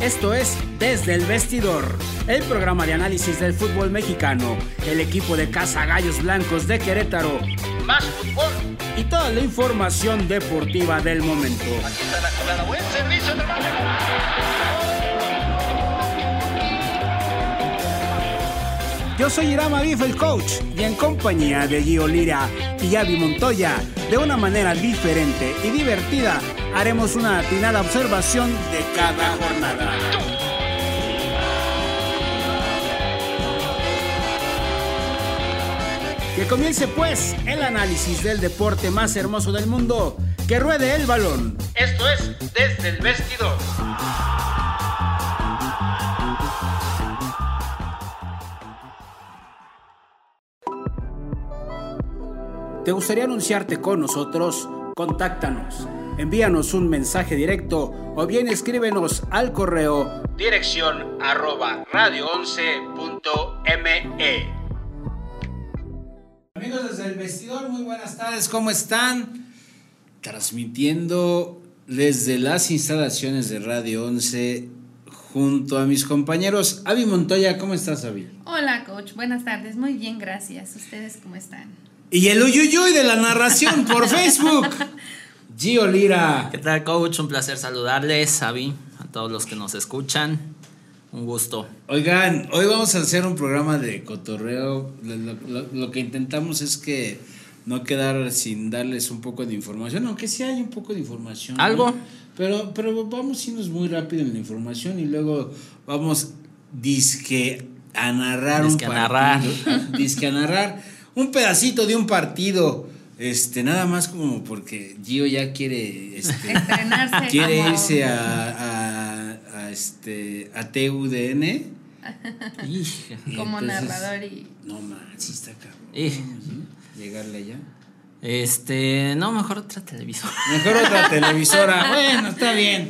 Esto es Desde el Vestidor, el programa de análisis del fútbol mexicano, el equipo de Casa Gallos Blancos de Querétaro, más fútbol y toda la información deportiva del momento. Aquí está la jugada, buen servicio de Yo soy Irama Bif, el coach, y en compañía de Gio Lira y Avi Montoya, de una manera diferente y divertida, haremos una atinada observación de cada jornada. Que comience pues el análisis del deporte más hermoso del mundo, que ruede el balón. Esto es Desde el Vestidor. ¿Te gustaría anunciarte con nosotros? Contáctanos, envíanos un mensaje directo o bien escríbenos al correo dirección @radio11.me. Amigos desde el vestidor, muy buenas tardes, ¿cómo están? Transmitiendo desde las instalaciones de Radio 11 junto a mis compañeros. Avi Montoya, ¿cómo estás, Avi? Hola, coach, buenas tardes, muy bien, gracias. ¿Ustedes cómo están? Y el uyuyuy de la narración por Facebook, Gio Lira. ¿Qué tal, coach? Un placer saludarles, Avi, a todos los que nos escuchan. Un gusto. Oigan, hoy vamos a hacer un programa de cotorreo. Lo que intentamos es que no quedar sin darles un poco de información, aunque sí hay un poco de información. ¿Algo? ¿No? Pero vamos a irnos muy rápido en la información y luego vamos disque a narrar un pedacito de un partido, nada más como porque Gio ya quiere estrenarse, quiere irse a TUDN como narrador y no manches, está cabrón. Llegarle allá. No, mejor otra televisora. Mejor otra televisora. Bueno, está bien.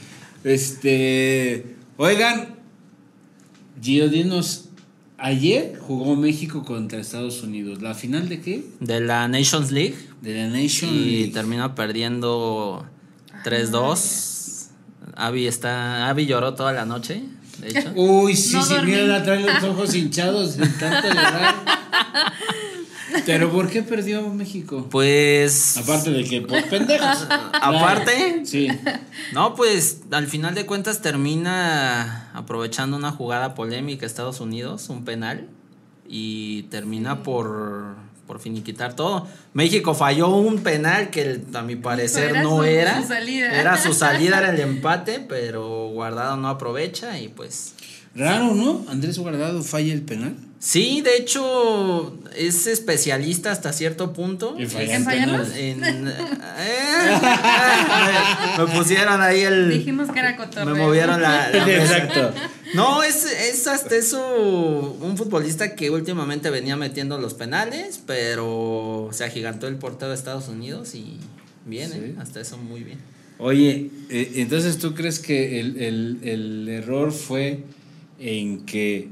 Oigan, Gio, dinos. Ayer jugó México contra Estados Unidos. ¿La final de qué? De la Nations League. Y terminó perdiendo 3-2. Abby lloró toda la noche, de hecho. Uy, sí, no mira, trae los ojos hinchados de tanto llorar. ¿Pero por qué perdió México? Pues... Aparte de que por pendejos. ¿Aparte? Sí. No, pues al final de cuentas termina aprovechando una jugada polémica Estados Unidos, un penal, y termina por finiquitar todo. México falló un penal que a mi parecer no era. Su salida. Era su salida, era el empate, pero Guardado no aprovecha y pues... Raro, ¿no? Andrés Guardado falla el penal. Sí, de hecho es especialista hasta cierto punto. ¿En fallarlos? Me pusieron ahí el... Dijimos que era cotorreo. Me movieron la Exacto. No, es hasta eso un futbolista que últimamente venía metiendo los penales, pero se agigantó el portero de Estados Unidos y bien, sí. Hasta eso muy bien. Oye, entonces ¿tú crees que el error fue en que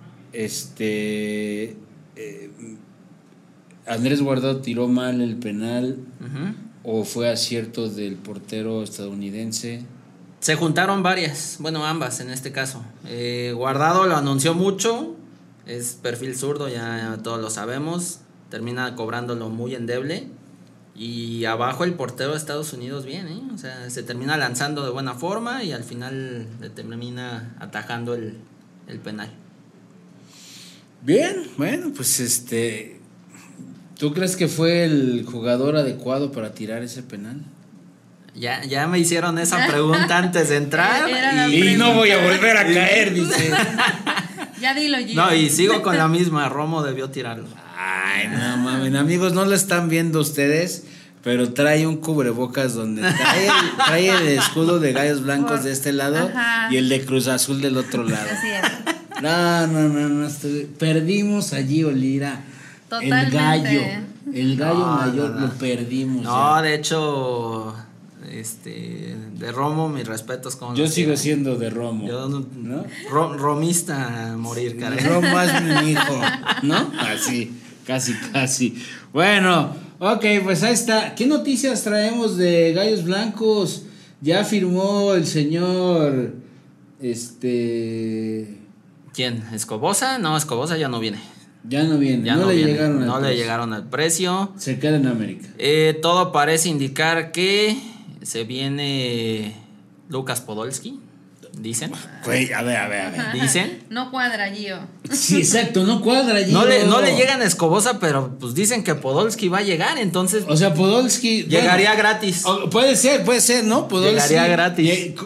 Andrés Guardado tiró mal el penal? Uh-huh. ¿O fue acierto del portero estadounidense? Se juntaron ambas en este caso. Guardado lo anunció mucho, es perfil zurdo, ya todos lo sabemos, termina cobrándolo muy endeble. Y abajo el portero de Estados Unidos bien, o sea, se termina lanzando de buena forma y al final le termina atajando el penal. Bien, bueno, pues ¿tú crees que fue el jugador adecuado para tirar ese penal? Ya me hicieron esa pregunta antes de entrar y no voy a volver a caer, dice. Ya dilo, Gio. No, y sigo con la misma, Romo debió tirarlo. Ay, no mames, amigos, no lo están viendo ustedes, pero trae un cubrebocas donde trae el escudo de Gallos Blancos de este lado. Ajá. Y el de Cruz Azul del otro lado. Así es. No, perdimos a Gio Lira. Totalmente. El gallo mayor lo perdimos. No, ya. De hecho, de Romo, mis respetos. Yo sigo siendo de Romo. Yo ¿no? Romista a morir, caray. Romo es mi hijo, ¿no? Así, casi. Bueno, ok, pues ahí está. ¿Qué noticias traemos de Gallos Blancos? Ya firmó el señor ¿Quién? ¿Escobosa? No, Escobosa ya no viene. Ya no viene, Ya no le viene. llegaron al No le precio. llegaron al precio. Se queda en América. Todo parece indicar que se viene Lucas Podolski, dicen. Güey, a ver. Dicen. No cuadra, Gio. Sí, exacto, no cuadra allí. No le llegan a Escobosa, pero pues dicen que Podolski va a llegar, entonces O sea, Podolski llegaría gratis. Puede ser, ¿no? Podolski Llegaría gratis.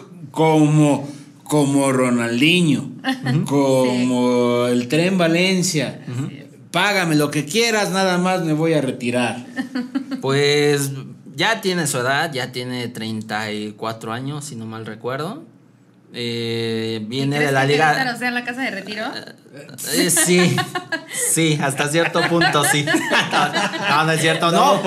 Como Ronaldinho, como el Tren Valencia. Págame lo que quieras, nada más me voy a retirar. Pues ya tiene su edad, ya tiene 34 años, si no mal recuerdo. Viene de la liga. Querétaro sea la casa de retiro? Sí, hasta cierto punto sí. No es cierto, no.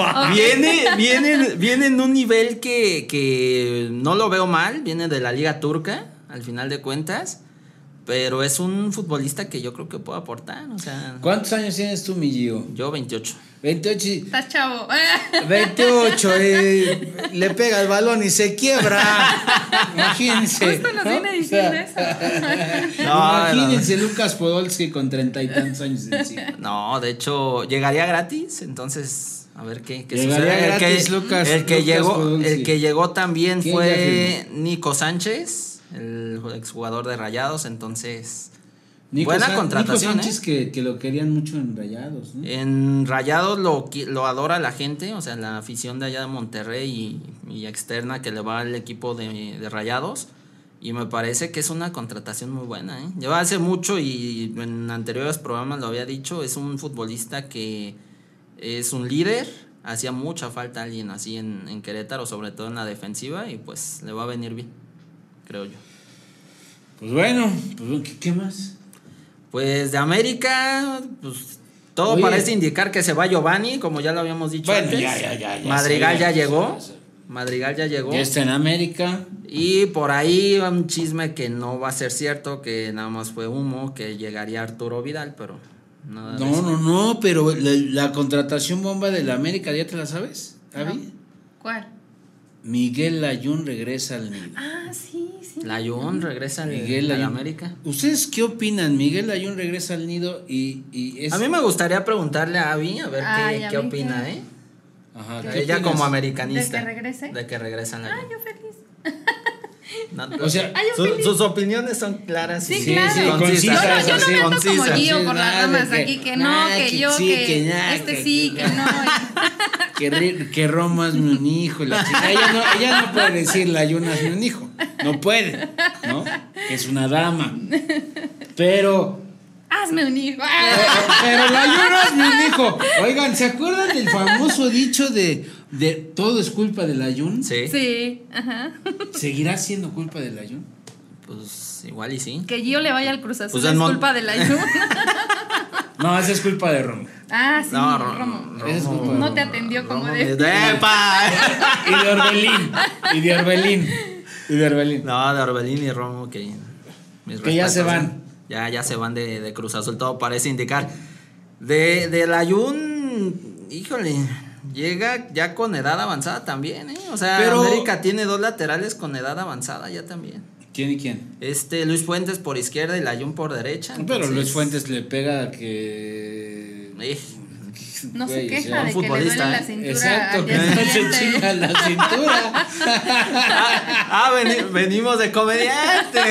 Viene en un nivel que no lo veo mal, viene de la liga turca, al final de cuentas, pero es un futbolista que yo creo que puede aportar, o sea. ¿Cuántos años tienes tú, mi Gio? Yo 28. 28. Estás chavo. 28, le pega el balón y se quiebra. Imagínense. Justo nos viene diciendo eso. Imagínense Lucas Podolski con 30 y tantos años encima. No, de hecho, llegaría gratis, entonces a ver qué Llegaría sucede. gratis, Lucas Podolski. El que llegó también ¿Quién fue Nico Sánchez, el exjugador de Rayados, entonces buena contratación. Nico Sánchez que lo querían mucho en Rayados, ¿no? En Rayados lo adora la gente, o sea, la afición de allá de Monterrey y externa que le va al equipo de Rayados. Y me parece que es una contratación muy buena, ¿eh? Lleva hace mucho y en anteriores programas lo había dicho, es un futbolista que es un líder, hacía mucha falta alguien así en Querétaro, sobre todo en la defensiva, y pues le va a venir bien, creo yo. Pues bueno, ¿qué más? Pues de América, pues todo Oye, parece indicar que se va Giovanni, como ya lo habíamos dicho bueno, antes. ya. Madrigal ya sabía. llegó. Madrigal ya llegó. Ya está en América. Y por ahí va un chisme que no va a ser cierto, que nada más fue humo, que llegaría Arturo Vidal, pero nada de eso. No, pero la contratación bomba de la América, ¿ya te la sabes, Abby? ¿Cuál? Miguel Layún regresa al nido. Ah, sí. Layún regresa Miguel al Layún. América. ¿Ustedes qué opinan? Miguel Layún regresa al nido y es... A mí me gustaría preguntarle a Abby a ver Ay, qué a mí opina, qué. ¿eh? Ajá, ¿Qué ¿qué Ella opinas? como americanista. ¿De que regrese? De que regresa a Layún. Ah, yo feliz. No, O sea, sus opiniones son claras. Sí, y claro. sí, concisas. Yo no me ando como concisas. Gio por las nada, ramas que- aquí, que nada, no, que yo, sí, que nada, este sí, que no. Que Roma es un hijo. La chica. Ella no puede decir Layún es un hijo. No puede, ¿no? Que es una dama. Pero Hazme un hijo. Pero Layún es mi hijo. Oigan, ¿se acuerdan del famoso dicho de todo es culpa de Layún? Sí. Sí, ajá. ¿Seguirá siendo culpa de Layún? Pues igual y sí. Que Gio le vaya al Cruz Azul Pues es culpa de la ayuda. No, esa es culpa de Romo. Ah, sí, No, Romo. Esa es culpa de No Romo. te atendió como Romo, de. ¡Epa! Y de Orbelín. No, de Orbelín y Romo que ya se respetos, van. ¿eh? Ya se van de Cruz Azul, todo parece indicar. De Layún, híjole, llega ya con edad avanzada también, ¿eh? O sea, Pero- América tiene dos laterales con edad avanzada ya también. ¿Quién y quién? Luis Fuentes por izquierda y Layún por derecha. Pero entonces, Luis Fuentes le pega que... No se Güey, o queja sea, de que le futbolista, duele la ¿eh? cintura. Exacto, al que día no se siguiente. chinga la cintura. venimos de comediante.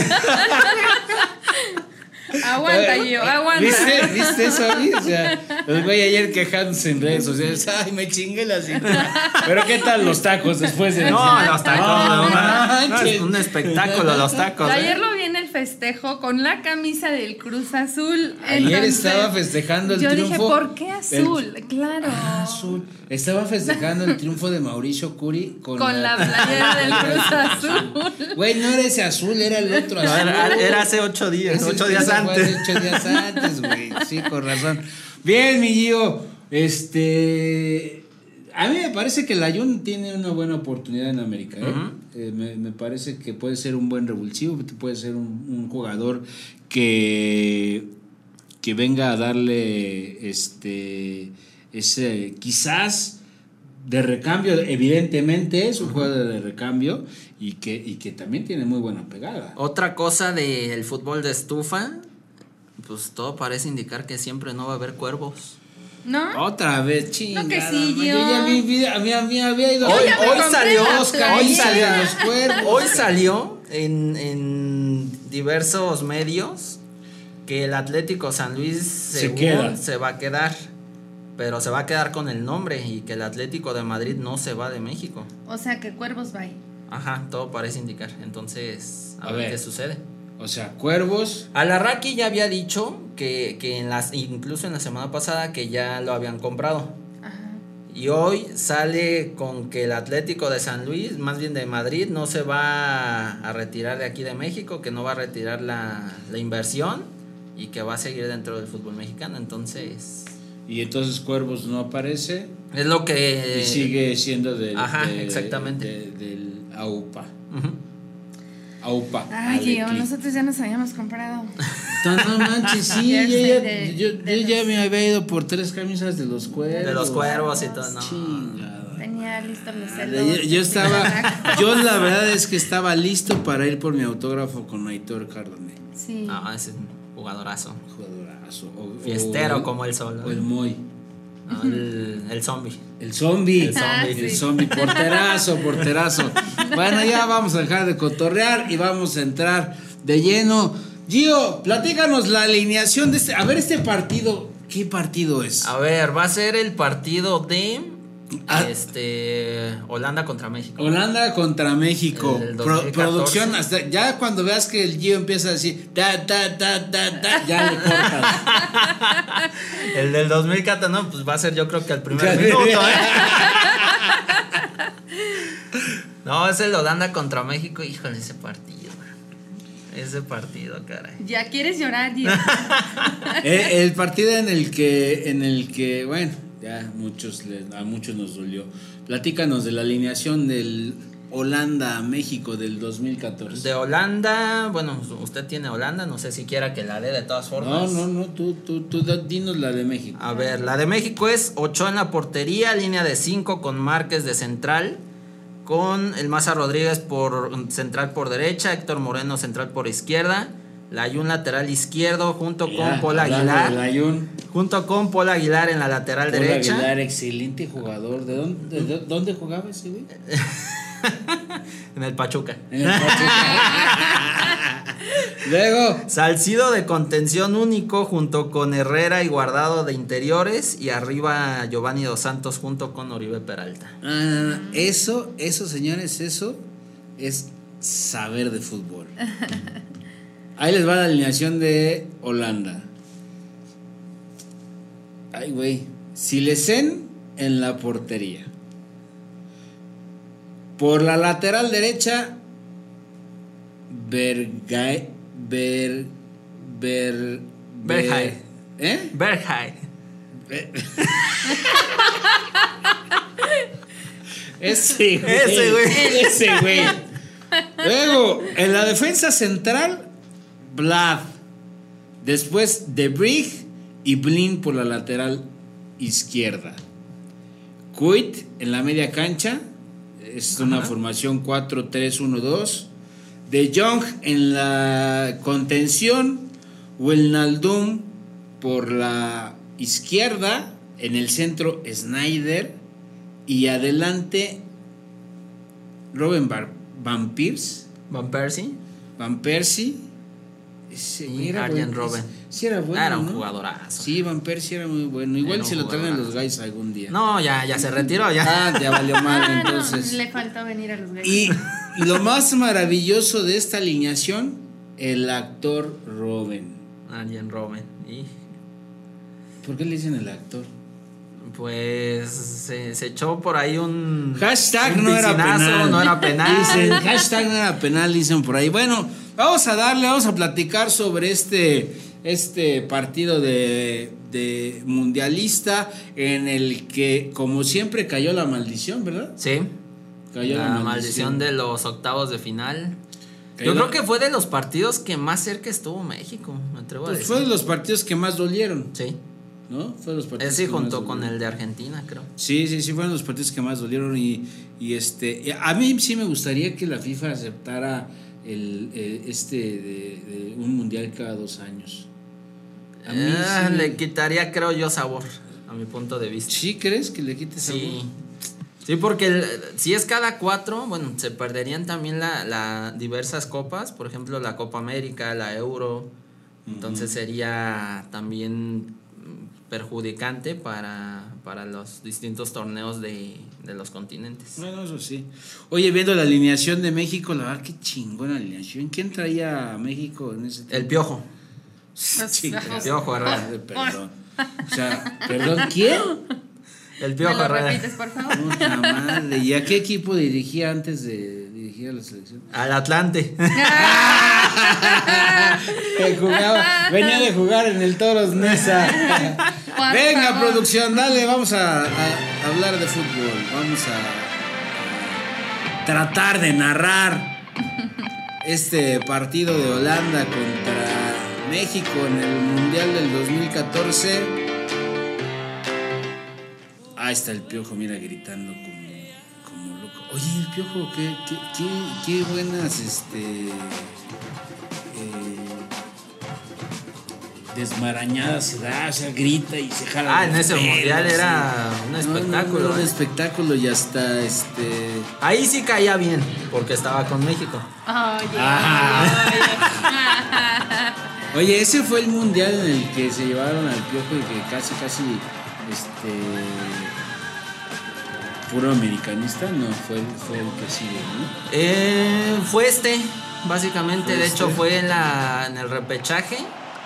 Aguanta, Gio, aguanta. ¿Viste eso, Abby? O sea, el güey ayer quejándose en redes sociales. Ay, me chingué la cintura. Pero ¿qué tal los tacos después de No, los tacos. No, no, manches. es un espectáculo los tacos. Ayer lo vi en el festejo con la camisa del Cruz Azul. Ayer Entonces, estaba festejando el yo triunfo. dije, ¿por qué azul? Claro. Azul. Estaba festejando el triunfo de Mauricio Curi con La playera del Cruz Azul. Güey, no era ese azul, era el otro No, azul. era hace 8 días, Ese 8 días fue hace antes. 8 días antes, güey. Sí, con razón. Bien, mi Gio. A mí me parece que Layún tiene una buena oportunidad en América. Me parece que puede ser un buen revulsivo, puede ser un jugador que venga a darle ese quizás de recambio, evidentemente es un jugador de recambio y que también tiene muy buena pegada. Otra cosa del fútbol de estufa, pues todo parece indicar que siempre no va a haber cuervos. ¿No? Otra vez, chingada. No que sí, yo ya me había ido. Hoy salió en diversos medios que el Atlético San Luis se va a quedar, pero se va a quedar con el nombre y que el Atlético de Madrid no se va de México. O sea que Cuervos va ahí. Ajá, todo parece indicar. Entonces, a ver qué sucede. O sea, Cuervos. Alarraqui ya había dicho que incluso en la semana pasada que ya lo habían comprado. Ajá. Y hoy sale con que el Atlético de San Luis, más bien de Madrid, no se va a retirar de aquí de México, que no va a retirar la inversión y que va a seguir dentro del fútbol mexicano. Entonces... Y entonces Cuervos no aparece. Es lo que... Y sigue siendo exactamente. del AUPA. Uh-huh. AUPA. Ay, Gio, nosotros ya nos habíamos comprado. No manches, sí, yo ya me había ido por 3 camisas de los Cuervos. De los Cuervos y todo, no. Chingada. Tenía listos los celos. Yo la verdad es que estaba listo para ir por mi autógrafo con Aitor Cardone. Sí. No, ese es un jugadorazo. Fiestero como el sol. O el Moy. No, el zombie. El zombie. Sí. El zombie. Porterazo. Bueno, ya vamos a dejar de cotorrear y vamos a entrar de lleno. Gio, platícanos la alineación de este partido. ¿Qué partido es? A ver, va a ser el partido de Holanda contra México. Holanda contra México. El 2014. Producción, hasta ya cuando veas que el Gio empieza a decir ya le cortas. El del 2014, no, pues va a ser yo creo que el primer minuto, No, es el Holanda contra México. Híjole, ese partido, caray. Ya quieres llorar, Gio. El partido en el que bueno, ya a muchos nos dolió. Platícanos de la alineación del Holanda-México del 2014. De Holanda, bueno, usted tiene Holanda, no sé si quiera que la dé de todas formas. No, tú dinos la de México. A ver, la de México es Ochoa en la portería, línea de 5 con Márquez de central, con el Maza Rodríguez por central por derecha, Héctor Moreno central por izquierda, Layún lateral izquierdo junto con Paul Aguilar. Junto con Paul Aguilar en la lateral derecha. Paul Aguilar, excelente jugador. ¿De dónde jugaba ese güey? En el Pachuca. Luego Salcido de contención único junto con Herrera y Guardado de interiores, y arriba Giovanni Dos Santos junto con Oribe Peralta. Eso, señores, eso es saber de fútbol. Ahí les va la alineación de Holanda. Ay, güey. Silesen en la portería. Por la lateral derecha, Berghain. Berghain. Ese güey. Luego, en la defensa central, Vlad. Después de Brig y Blin por la lateral izquierda. Kuit en la media cancha. Es una formación 4-3-1-2. De Jong en la contención. Wijnaldum por la izquierda. En el centro, Sneijder. Y adelante, Robben Van Persie. Van Persie. Arjen Robben. Sí, era bueno. Era un ¿no? jugadorazo. Sí, Van Persie era muy bueno. Igual se lo traen a los Guys algún día. No, ya se retiró. Ya valió mal entonces. No, le faltó venir a los Guys. Y lo más maravilloso de esta alineación, el actor Robben. Arjen Robben. ¿Por qué le dicen el actor? Pues se echó por ahí un hashtag no era penal. Dicen, hashtag no era penal, dicen por ahí. Bueno, vamos a platicar sobre este partido de mundialista en el que, como siempre, cayó la maldición, ¿verdad? Sí. Cayó la maldición de los octavos de final. Yo creo que fue de los partidos que más cerca estuvo México, me atrevo a decir. Fue de los partidos que más dolieron. Sí. ¿no? Fue los partidos Sí, que junto más con dolieron. el de Argentina, creo. Sí, fueron los partidos que más dolieron y a mí sí me gustaría que la FIFA aceptara de un mundial cada 2 años. A mí sí Le quitaría, creo yo, sabor, a mi punto de vista. ¿Sí crees que le quite sabor? Sí, porque si es cada 4, bueno, se perderían también la diversas copas, por ejemplo, la Copa América, la Euro. Entonces sería también perjudicante para los distintos torneos de los continentes. Bueno, eso sí. Oye, viendo la alineación de México, la verdad, qué chingona alineación. ¿Quién traía a México en ese tiempo? El Piojo. Chingada. Piojo Herrera. Perdón. O sea, ¿perdón? ¿Quién? El ¿Me Piojo lo Herrera. repites, por favor? Puta madre. ¿Y a qué equipo dirigía antes de dirigir a la selección? Al Atlante. Venía de jugar en el Toros Neza. Venga, producción, dale, vamos a hablar de fútbol. Vamos a tratar de narrar este partido de Holanda contra México en el Mundial del 2014. Ahí está el Piojo, mira, gritando como loco. Oye, el Piojo, qué buenas desmarañadas se da, o sea, grita y se jala. En ese mundial era un espectáculo. Un espectáculo y hasta Ahí sí caía bien, porque estaba con México. Oye, ese fue el mundial en el que se llevaron al Piojo y que casi puro americanista, no, fue el que sigue, ¿no? Fue básicamente, de hecho fue en el repechaje.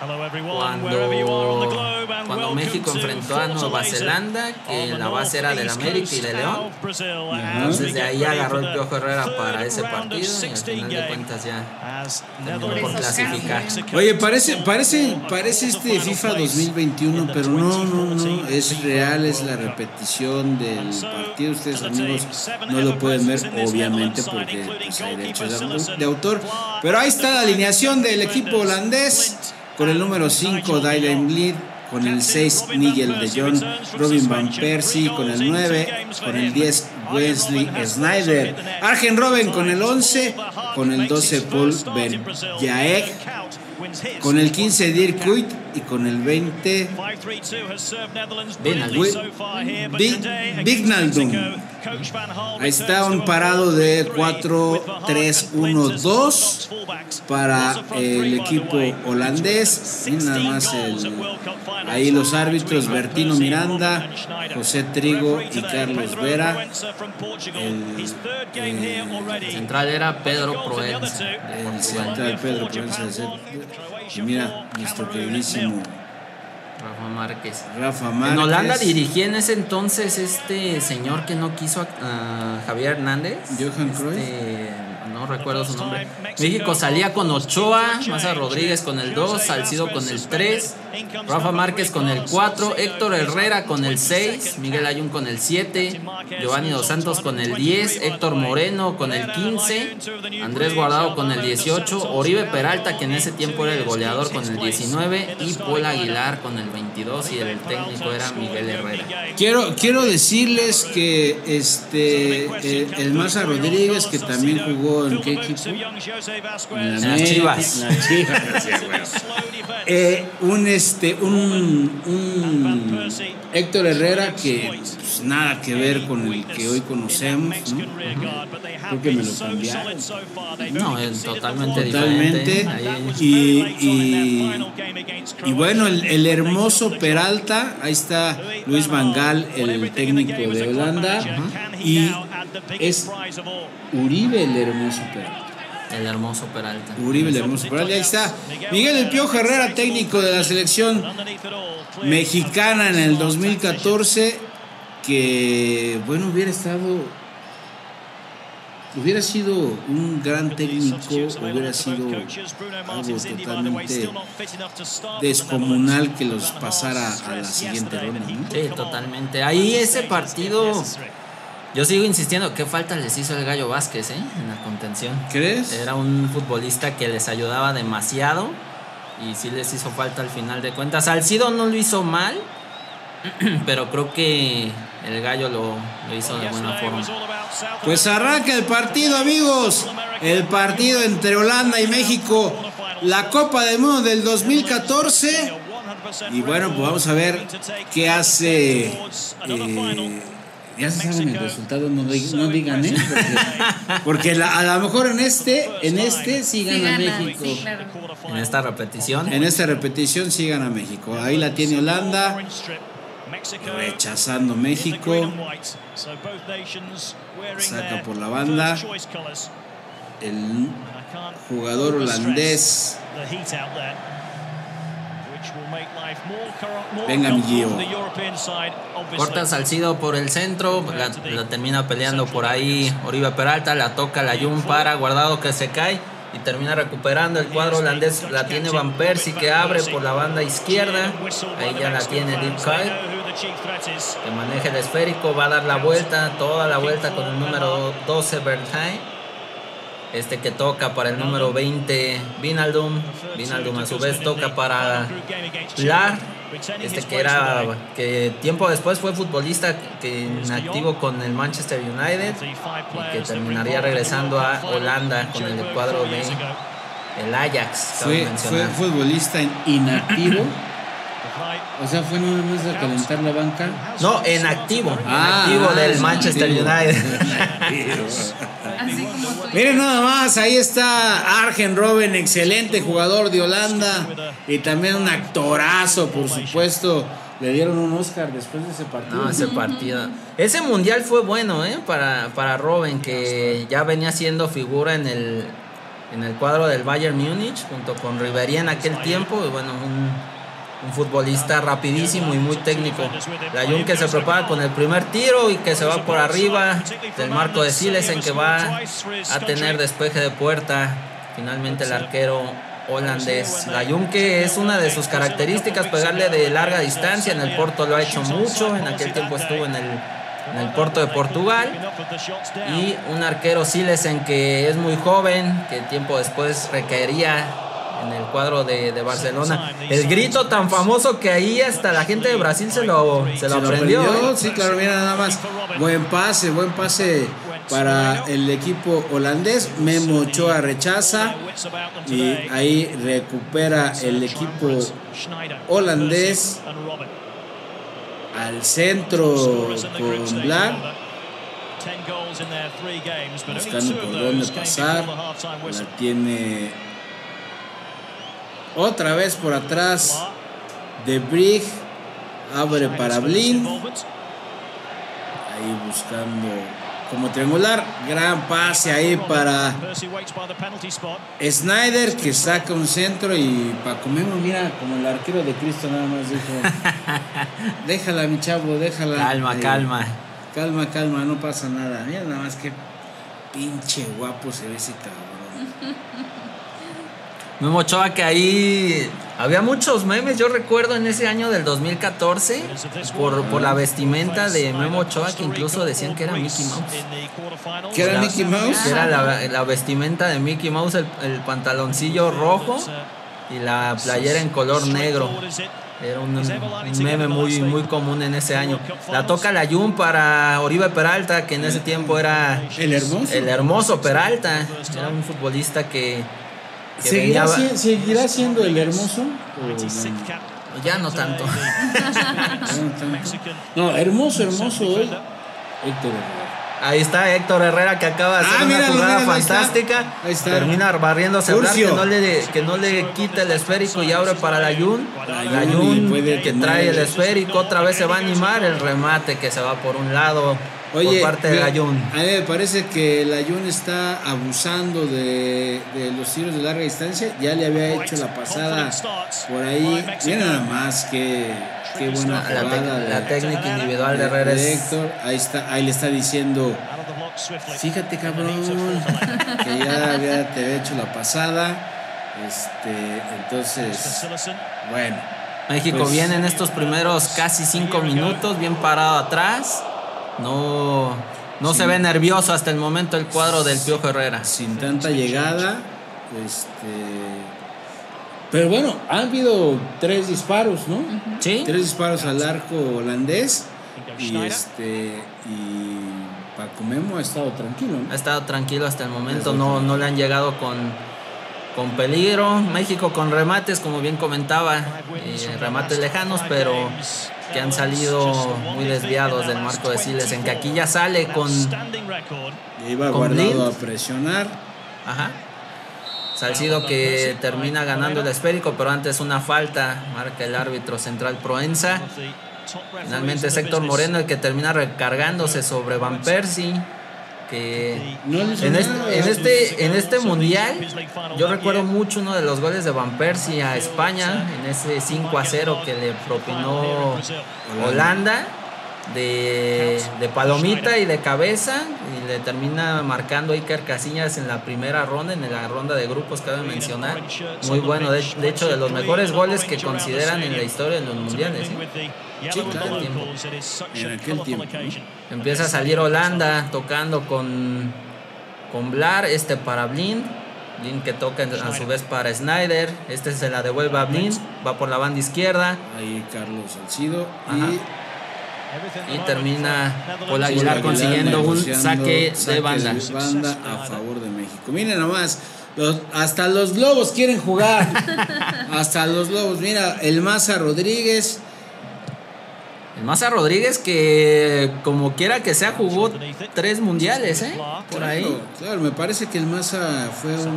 Cuando México enfrentó a Nueva Zelanda, que la base era del América y de León. Entonces de ahí agarró el Piojo Herrera para ese partido y al final de cuentas ya terminó por clasificar. Oye, parece FIFA 2021, pero no, es real, es la repetición del partido. Ustedes, amigos, no lo pueden ver, obviamente, porque pues, hay derechos de autor. Pero ahí está la alineación del equipo holandés. Con el número 5, Dylan Blind. Con el 6, Nigel de Jong. Robin Van Persie. Con el 9, con el 10, Wesley Sneijder. Arjen Robben con el 11. Con el 12, Paul Verjaeg. Con el 15, Dirk Kuyt. Y con el 20, Wijnaldum. Ahí está un parado de 4-3-1-2 para el equipo holandés. Y nada más ahí los árbitros: Bertino Miranda, José Trigo y Carlos Vera. El central era Pedro Proenza. El central Pedro Proenza. Y mira, nuestro queridísimo Rafa Márquez. En Holanda dirigía en ese entonces este señor que no quiso a Javier Hernández. Johan Cruyff. No recuerdo su nombre. México salía con Ochoa, Maza Rodríguez con el 2, Salcido con el 3, Rafa Márquez con el 4, Héctor Herrera con el 6, Miguel Ayun con el 7, Giovanni Dos Santos con el 10, Héctor Moreno con el 15, Andrés Guardado con el 18, Oribe Peralta, que en ese tiempo era el goleador, con el 19, y Paul Aguilar con el 22, y el técnico era Miguel Herrera. Quiero decirles que el Maza Rodríguez, que también jugó en qué equipo? En las Chivas. Las Chivas. Un Héctor Herrera que pues, nada que ver con el que hoy conocemos, ¿no? Creo que me lo cambiaron. No, es totalmente diferente. Y bueno, el hermoso Peralta, ahí está Luis Van Gaal, el técnico de Holanda, y es Uribe el hermoso Peralta. El hermoso Peralta. Uribe el hermoso Peralta. Ahí está Miguel El Piojo Herrera, técnico de la selección mexicana en el 2014, que bueno, hubiera sido un gran técnico, hubiera sido algo totalmente descomunal que los pasara a la siguiente ronda, ¿no? Sí, totalmente. Ahí ese partido, yo sigo insistiendo, ¿qué falta les hizo el Gallo Vázquez en la contención? ¿Crees? Era un futbolista que les ayudaba demasiado y sí les hizo falta al final de cuentas. Salcido no lo hizo mal, pero creo que el Gallo lo hizo de buena forma. Pues arranca el partido, amigos. El partido entre Holanda y México. La Copa del Mundo del 2014. Y bueno, pues vamos a ver qué hace. Ya se saben el resultado, no digan, porque a lo mejor en este sí gana México. Sí, claro. En esta repetición. En esta repetición sí gana México. Ahí la tiene Holanda. Rechazando México. Saca por la banda. El jugador holandés. Venga, mi Gio. Corta Salcido por el centro, la termina peleando por ahí Oribe Peralta, la toca la Jun para Guardado que se cae y termina recuperando el cuadro holandés. La tiene Van Persie que abre por la banda izquierda, ahí ya la tiene Dirk Kuyt, que maneja el esférico, va a dar la vuelta, toda la vuelta con el número 12 Berghain. Que toca para el número 20 Wijnaldum a su vez toca para Lahr, que tiempo después fue futbolista en activo con el Manchester United y que terminaría regresando a Holanda con el cuadro de el Ajax. Fue futbolista inactivo. O sea, fue nada más a calentar la banca. No, en activo del Manchester United. Así como tú. Miren nada más, ahí está Arjen Robben, excelente jugador de Holanda y también un actorazo, por supuesto. Le dieron un Oscar después de ese partido. No, ese partido. Ese mundial fue bueno, para Robben, que ya venía siendo figura en el cuadro del Bayern Múnich junto con Ribéry en aquel tiempo. Y bueno, un futbolista rapidísimo y muy técnico. La Jun que se prepara con el primer tiro y que se va por arriba del marco de Silesen, que va a tener despeje de puerta. Finalmente el arquero holandés. La Jun que es una de sus características pegarle de larga distancia. En el Porto lo ha hecho mucho. En aquel tiempo estuvo en el Porto de Portugal. Y un arquero Silesen que es muy joven, que tiempo después recaería en el cuadro de Barcelona. El grito tan famoso que ahí hasta la gente de Brasil se lo aprendió. Sí, claro, mira nada más. Buen pase para el equipo holandés. Memo Ochoa rechaza y ahí recupera el equipo holandés al centro con Black, buscando por dónde pasar. La tiene otra vez por atrás de Brig, abre para Blind, ahí buscando como triangular, gran pase ahí para Snyder, que saca un centro y Paco Memo, mira, como el arquero de Cristo nada más dijo, déjala mi chavo, déjala. Calma, no pasa nada. Mira nada más que pinche guapo se ve ese cabrón. Memo Ochoa, que ahí había muchos memes, yo recuerdo en ese año del 2014 por la vestimenta de Memo Ochoa, que incluso decían que era Mickey Mouse. ¿Qué era Mickey Mouse? Que era la vestimenta de Mickey Mouse, el pantaloncillo rojo y la playera en color negro. Era un meme muy común en ese año. La toca la Jun para Oribe Peralta, que en ese tiempo era el hermoso Peralta. Era un futbolista que ¿Seguirá siendo el hermoso? Ya no tanto. No, hermoso hoy. Héctor Herrera. Ahí está Héctor Herrera, que acaba de hacer una jugada fantástica. Ahí está. Termina barriéndose, que no le quita el esférico y abre para la Jun. La Jun que trae el esférico, otra vez se va a animar. El remate que se va por un lado. Por parte de la Jun. A mí me parece que la Jun está abusando de los tiros de larga distancia. Ya le había hecho la pasada por ahí. Mira nada más que buena jugada. La técnica individual de Herrera de Héctor. Ahí le está diciendo, fíjate cabrón, que ya te había hecho la pasada. Entonces, bueno. México viene en estos primeros casi 5 minutos, bien parado atrás. No se ve nervioso hasta el momento el cuadro del Piojo Herrera. Sin tanta llegada, Pero bueno, han habido 3 disparos, ¿no? Sí. 3 disparos al arco holandés. Y Paco Memo ha estado tranquilo, ¿no? Ha estado tranquilo hasta el momento, no le han llegado con peligro. México con remates, como bien comentaba, remates lejanos, pero que han salido muy desviados del marco de Siles. En que aquí ya sale con iba con Guardado Blind a presionar. Ajá. Salcido que termina ganando el esférico, pero antes una falta, marca el árbitro central Proenza. Finalmente es Héctor Moreno el que termina recargándose sobre Van Persie, que en este mundial yo recuerdo mucho uno de los goles de Van Persie a España en ese 5-0 que le propinó Holanda de palomita y de cabeza, y le termina marcando Iker Casillas en la primera ronda, en la ronda de grupos, cabe mencionar. Muy bueno, de hecho de los mejores goles que consideran en la historia de los mundiales, ¿eh? Sí, claro. En aquel tiempo, ¿no? Empieza a salir Holanda tocando con Blar, para Blind que toca a su vez para Snyder, se la devuelve a Blind, va por la banda izquierda, ahí Carlos Salcido y termina Paul Aguilar consiguiendo un saque de banda a favor de México. Miren nomás, hasta los globos quieren jugar. Hasta los globos. Mira, el Maza Rodríguez. El Maza Rodríguez, que como quiera que sea jugó 3 mundiales, por ahí. Claro, me parece que el Maza fue un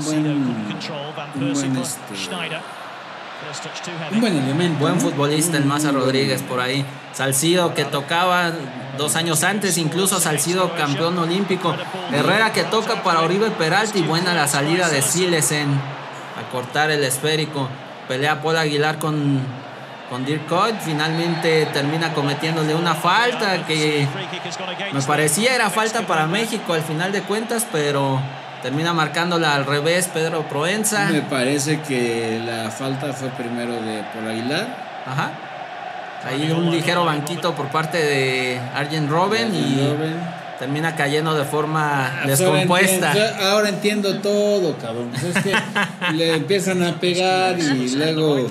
buen elemento, buen futbolista, el Maza Rodríguez por ahí. Salcido, que tocaba 2 años antes, incluso Salcido campeón olímpico. Herrera, que toca para Oribe Peralta, y buena la salida de Silesen a cortar el esférico. Pelea Paul Aguilar con Dirk Kuyt, finalmente termina cometiéndole una falta que me parecía era falta para México al final de cuentas, pero termina marcándola al revés Pedro Proenza. Me parece que la falta fue primero de Paul Aguilar. Ajá. Ahí un ligero banquito por parte de Arjen Robben y termina cayendo de forma descompuesta. Ahora entiendo todo, cabrón. Pues es que le empiezan a pegar y luego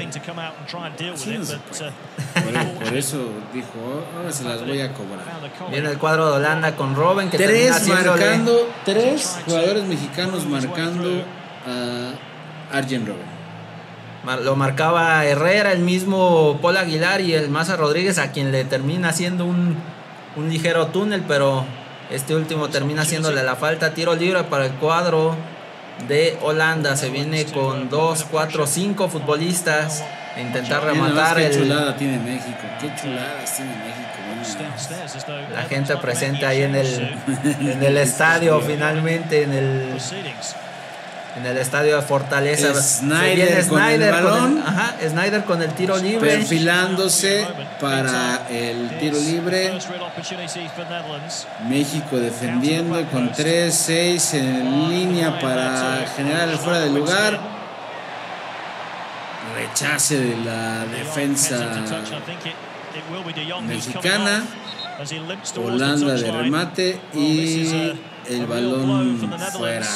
por eso dijo, ahora se las voy a cobrar. Viene el cuadro de Holanda con Robben, que 3 jugadores mexicanos marcando a Arjen Robben. Lo marcaba Herrera, el mismo Paul Aguilar y el Maza Rodríguez, a quien le termina haciendo un ligero túnel, pero este último termina haciéndole la falta. Tiro libre para el cuadro de Holanda. Se viene con 2, 4, 5 futbolistas a intentar rematar. Qué chulada tiene México, qué chuladas tiene México. La gente presente ahí en el estadio, finalmente en el estadio de Fortaleza. Snyder con el balón. Snyder con el tiro libre. Perfilándose para el tiro libre. México defendiendo con 3-6 en línea para generar el fuera de lugar. Rechace de la defensa mexicana. Holanda de remate y el balón fuera.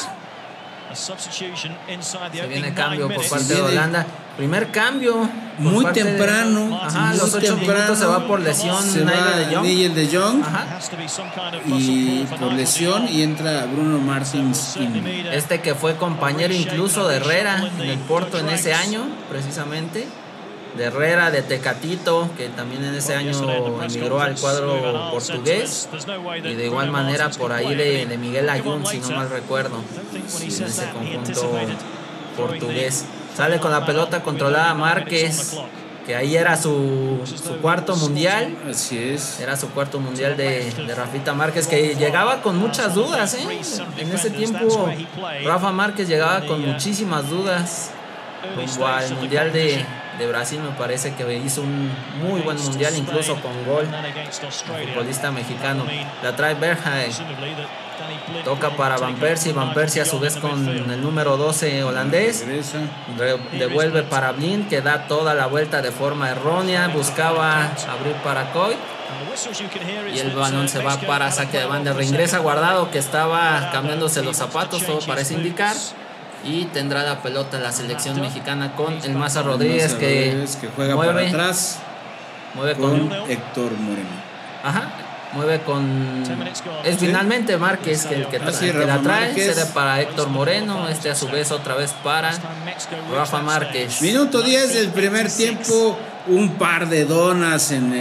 Se viene cambio por parte de Holanda. Primer cambio muy temprano. Los 8 minutos se va por lesión. Se va Nigel de Jong. Y por lesión, y entra Bruno Martins. Que fue compañero incluso de Herrera en el Porto en ese año, precisamente. De Herrera, de Tecatito, que también en ese año emigró al cuadro portugués, y de igual manera por ahí de Miguel Ayun, si no mal recuerdo, en ese conjunto portugués. Sale con la pelota controlada Márquez, que ahí era su cuarto mundial. Así es. Era su cuarto mundial de Rafita Márquez, que llegaba con muchas dudas, En ese tiempo Rafa Márquez llegaba con muchísimas dudas rumbo al mundial de Brasil. Me parece que hizo un muy buen mundial, incluso con gol, el futbolista mexicano. La trae Berghain, toca para Van Persie a su vez con el número 12 holandés, devuelve para Blind, que da toda la vuelta de forma errónea, buscaba abrir para Kuyt y el balón se va para saque de banda. Reingresa Guardado, que estaba cambiándose los zapatos, todo parece indicar. Y tendrá la pelota la selección mexicana con el Maza Rodríguez, que juega mueve, para atrás. Mueve con Héctor Moreno. Ajá, mueve con... Es finalmente Márquez que la trae, será para Héctor Moreno, a su vez otra vez para Rafa Márquez. Minuto 10 del primer tiempo, un par de donas en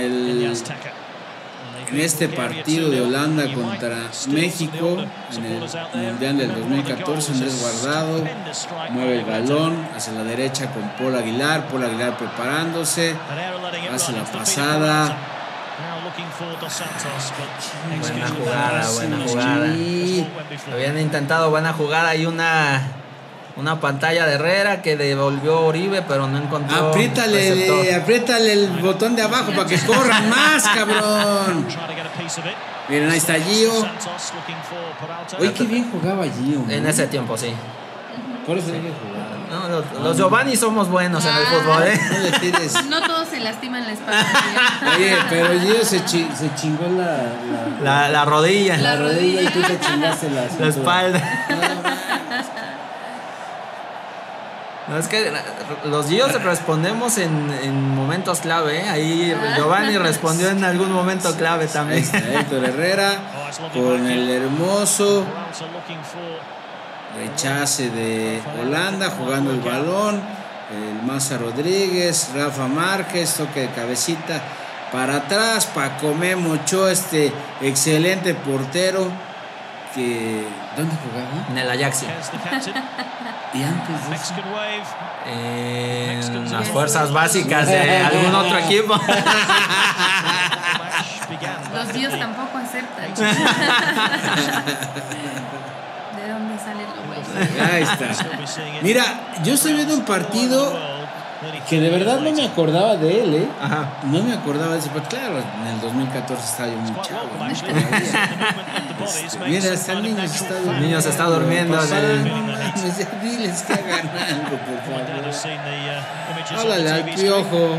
este partido de Holanda contra México en el Mundial del 2014. Andrés Guardado mueve el balón hacia la derecha con Paul Aguilar preparándose, hace la pasada. Buena jugada. Sí. Habían intentado buena jugada y una pantalla de Herrera que devolvió Oribe, pero no encontró. Apriétale el botón de abajo para que corran más, cabrón. Miren, ahí está Gio. Oye, qué bien jugaba Gio, ¿no? En ese tiempo, sí. Por eso hay que jugar. No, los Giovanni somos buenos en el fútbol, ¿eh? No le tires. No todos se lastiman la espalda. Oye, pero Gio se chingó la rodilla. La rodilla y tú te chingaste la espalda. No, es que los Gios respondemos en momentos clave, ¿eh? Ahí Giovanni respondió en algún momento clave también. Ahí está Héctor Herrera con el hermoso rechace de Holanda, jugando el balón. El Maza Rodríguez, Rafa Márquez, toque de cabecita para atrás. Paco Memo Ochoa, excelente portero. ¿Dónde jugaba? En el Ajax. Y antes de eso, en las fuerzas básicas de algún otro equipo. Los Dios tampoco aceptan. ¿De dónde sale lo bueno? Ahí está. Mira, yo estoy viendo un partido que de verdad no me acordaba de él, ¿eh? Ajá. No me acordaba de ese, pero claro, en el 2014 estaba yo muy chavo, ¿no? Mira, hasta el niño se está durmiendo. Diles que hagan algo, por favor. Háblale al Piojo.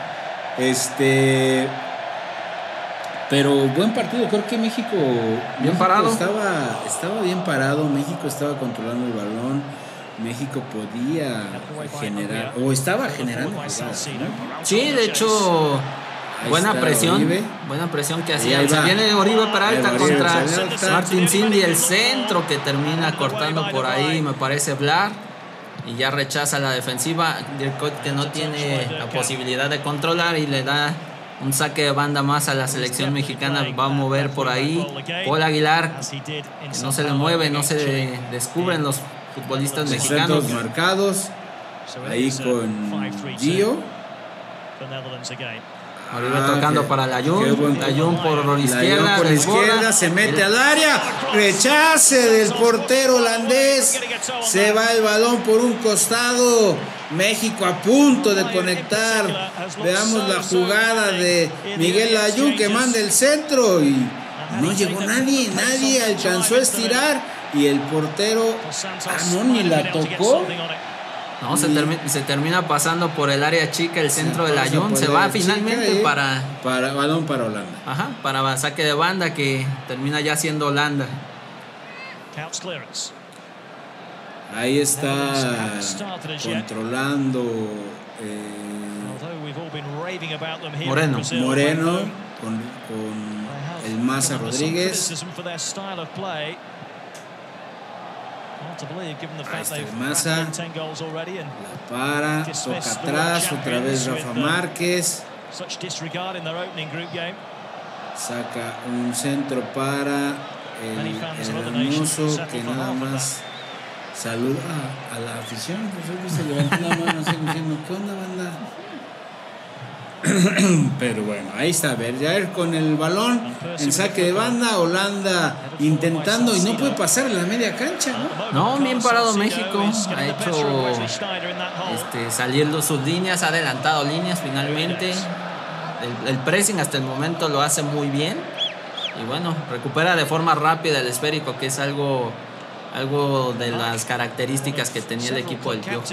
Pero buen partido, creo que México parado. Estaba bien parado, México estaba controlando el balón. México podía generar, o estaba generando jugadas, ¿no? Sí, de hecho, buena presión que hacía. Se viene Oribe Peralta contra Martin Cindy, el centro que termina cortando por ahí, me parece Blar, y ya rechaza la defensiva. Dirk, que no tiene la posibilidad de controlar, y le da un saque de banda más a la selección mexicana. Va a mover por ahí Paul Aguilar, que no se le mueve, no se descubren los futbolistas mexicanos marcados ahí con Gio. Oribe tocando para Layún por izquierda, se mete al área, rechace del portero holandés, se va el balón por un costado. México a punto de conectar. Veamos la jugada de Miguel Layún, que manda el centro y no llegó nadie alcanzó a estirar. Y el portero, ni la tocó. No, se termina pasando por el área chica, el centro de Layún. Se va finalmente para balón para Holanda. Ajá, para saque de banda, que termina ya siendo Holanda. Ahí está controlando Moreno con el Maza Rodríguez. Ahí está el Maza, la toca atrás, otra vez Rafa Márquez, saca un centro para el hermoso, que nada más saluda a la afición. Pues se levantó la mano así diciendo, ¿qué onda, banda? Pero bueno, ahí está Berger con el balón en saque de banda. Holanda intentando y no puede pasar en la media cancha, ¿no? No, bien parado México. Ha hecho salir sus líneas, ha adelantado líneas finalmente. El pressing hasta el momento lo hace muy bien. Y bueno, recupera de forma rápida el esférico, que es algo de las características que tenía el equipo del Piojo.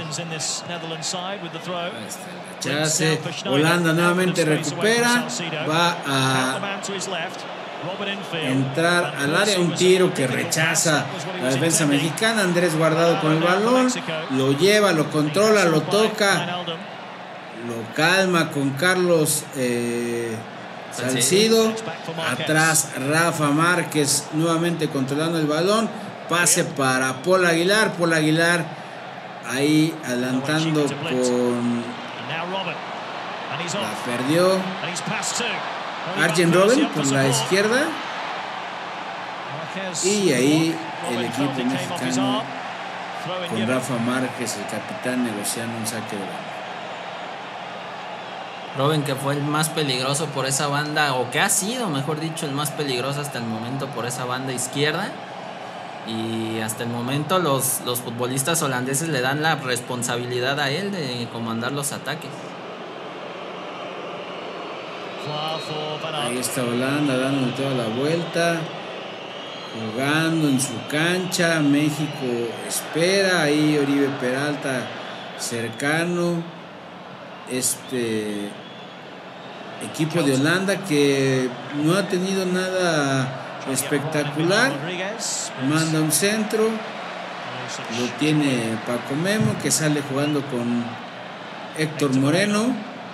Holanda nuevamente recupera, va entrar al área, un tiro que rechaza la defensa mexicana. Andrés Guardado con el balón, lo lleva, lo controla, lo toca, lo calma con Carlos Salcido. Atrás Rafa Márquez nuevamente controlando el balón, pase para Paul Aguilar. Paul Aguilar ahí adelantando con... La perdió Arjen Robben por la izquierda. Y ahí el equipo mexicano con Rafa Márquez, el capitán, negociando un saque de banda. Robben, que fue el más peligroso por esa banda, o que ha sido, mejor dicho, el más peligroso hasta el momento por esa banda izquierda. Y hasta el momento los futbolistas holandeses le dan la responsabilidad a él de comandar los ataques. Ahí está Holanda dando toda la vuelta, jugando en su cancha. México espera, ahí Oribe Peralta cercano. Este equipo de Holanda que no ha tenido nada espectacular, manda un centro, lo tiene Paco Memo, que sale jugando con Héctor Moreno.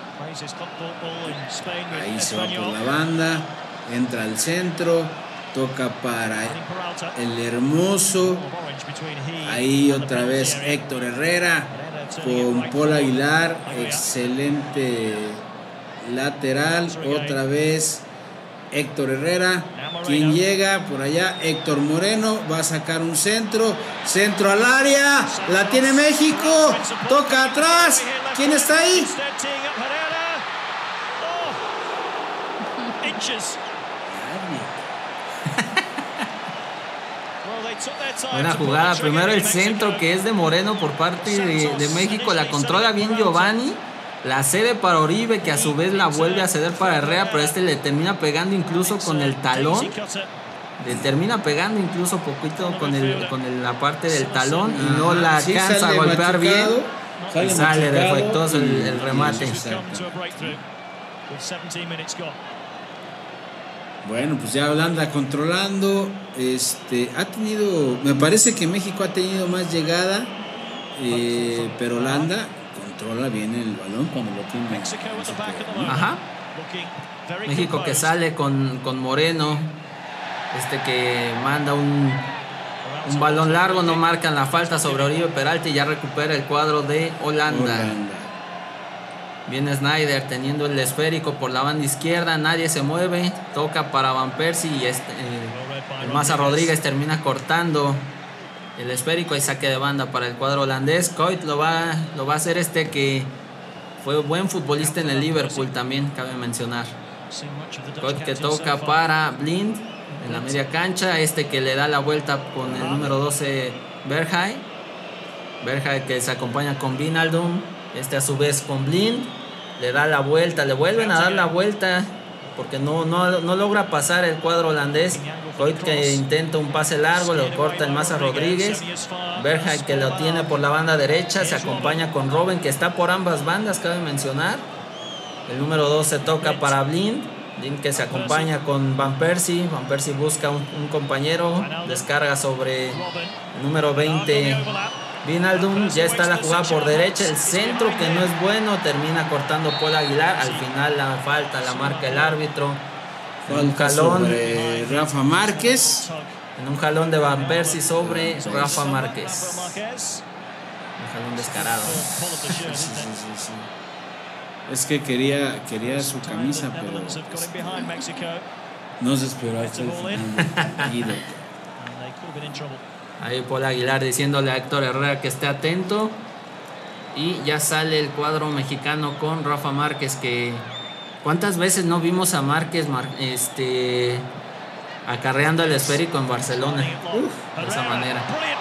Ahí se va por la banda, entra al centro, toca para el Hermoso. Ahí otra vez Héctor Herrera con Paul Aguilar, excelente lateral. Otra vez Héctor Herrera, quien llega por allá, Héctor Moreno, va a sacar un centro al área, la tiene México, toca atrás, ¿quién está ahí? Buena jugada, primero el centro que es de Moreno por parte de México, la controla bien Giovanni, la cede para Oribe, que a su vez la vuelve a ceder para Herrera, pero le termina pegando incluso con el talón, le termina pegando incluso poquito con la parte del talón y no la alcanza a golpear bien y sale defectuoso el remate. Bueno, pues ya Holanda controlando, ha tenido, me parece que México ha tenido más llegada, pero Holanda controla bien el balón cuando lo tiene. Ajá. México que sale con Moreno, que manda un balón largo, no marcan la falta sobre Oribe Peralta y ya recupera el cuadro de Holanda. Viene Snyder teniendo el esférico por la banda izquierda, nadie se mueve, toca para Van Persie y el Maza Rodríguez termina cortando el esférico y saque de banda para el cuadro holandés. Coit lo va a hacer, que fue buen futbolista en el Liverpool también, cabe mencionar. Coit que toca para Blind en la media cancha, que le da la vuelta con el número 12 Berghay que se acompaña con Wijnaldum. A su vez con Blind, le da la vuelta, le vuelven a dar la vuelta porque no logra pasar el cuadro holandés. Coit que intenta un pase largo, lo corta el Maza Rodríguez. Berghay que lo tiene por la banda derecha, se acompaña con Robben, que está por ambas bandas, cabe mencionar. El número 2 se toca para Blind que se acompaña con Van Persie. Van Persie busca un compañero, descarga sobre el número 20 Wijnaldum. Ya está la jugada por derecha, el centro que no es bueno, termina cortando Paul Aguilar. Al final la falta la marca el árbitro. Un jalón sobre Rafa Márquez. En un jalón de Van Persie sobre Rafa Márquez. Un jalón descarado. Sí. Es que quería su camisa, pero no se esperó hasta el final. Ahí Paul Aguilar diciéndole a Héctor Herrera que esté atento. Y ya sale el cuadro mexicano con Rafa Márquez, que ¿cuántas veces no vimos a Márquez acarreando el esférico en Barcelona? De esa manera.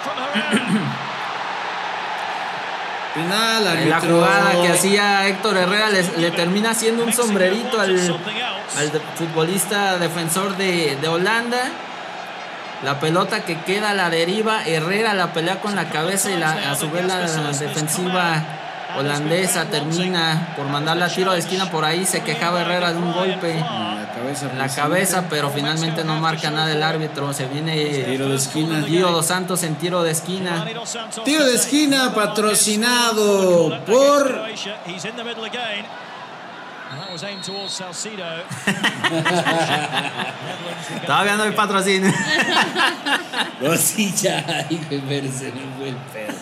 Penal, en la jugada que hacía Héctor Herrera le termina haciendo un sombrerito al futbolista defensor de Holanda. La pelota que queda a la deriva, Herrera la pelea con la cabeza y a su vez la defensiva holandesa termina por mandarle a tiro de esquina. Por ahí se quejaba Herrera de un golpe en la cabeza, pero finalmente no marca nada el árbitro. Se viene tiro de esquina. Gio Dos Santos en tiro de esquina. Tiro de esquina patrocinado por... Todavía no hay patrocinio. No, sí, ya, hijo de ver, se me fue el pedo.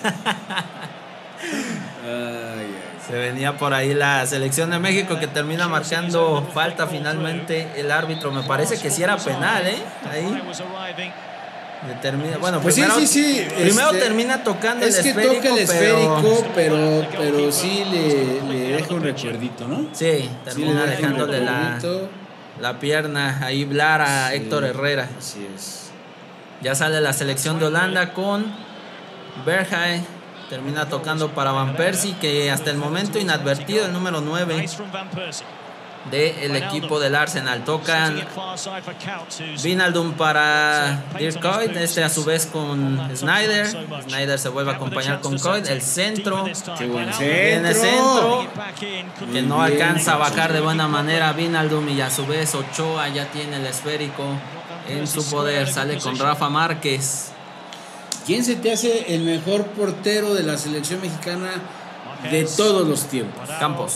Se venía por ahí la selección de México, que termina marcando falta finalmente el árbitro. Me parece que sí era penal, ahí. Bueno, pues primero termina tocando el esférico. Es que toca el esférico, pero sí le deja un recuerdito, ¿no? Sí, termina dejándole la pierna ahí Blar a Héctor Herrera. Así es. Ya sale la selección de Holanda con Berghuis. Termina tocando para Van Persie, que hasta el momento inadvertido, el número 9 del equipo del Arsenal. Tocan Wijnaldum para Dirk Kuyt, a su vez con Sneijder. Sneijder se vuelve a acompañar con Kuyt. El centro, viene centro, que no alcanza a bajar de buena manera Wijnaldum, y a su vez Ochoa ya tiene el esférico en su poder. Sale con Rafa Márquez. ¿Quién se te hace el mejor portero de la selección mexicana de todos los tiempos? Campos.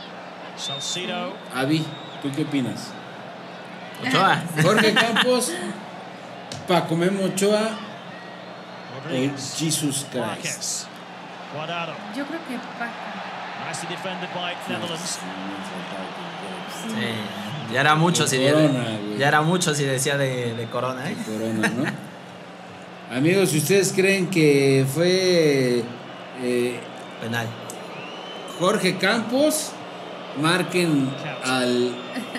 Avi, ¿tú qué opinas? Ochoa. Jorge Campos, Paco Memo Ochoa o Jesus Christ. Yo creo que Paco. Sí, ya era mucho si decía de Corona, De Corona, ¿no? Amigos, si ustedes creen que fue penal Jorge Campos, marquen al...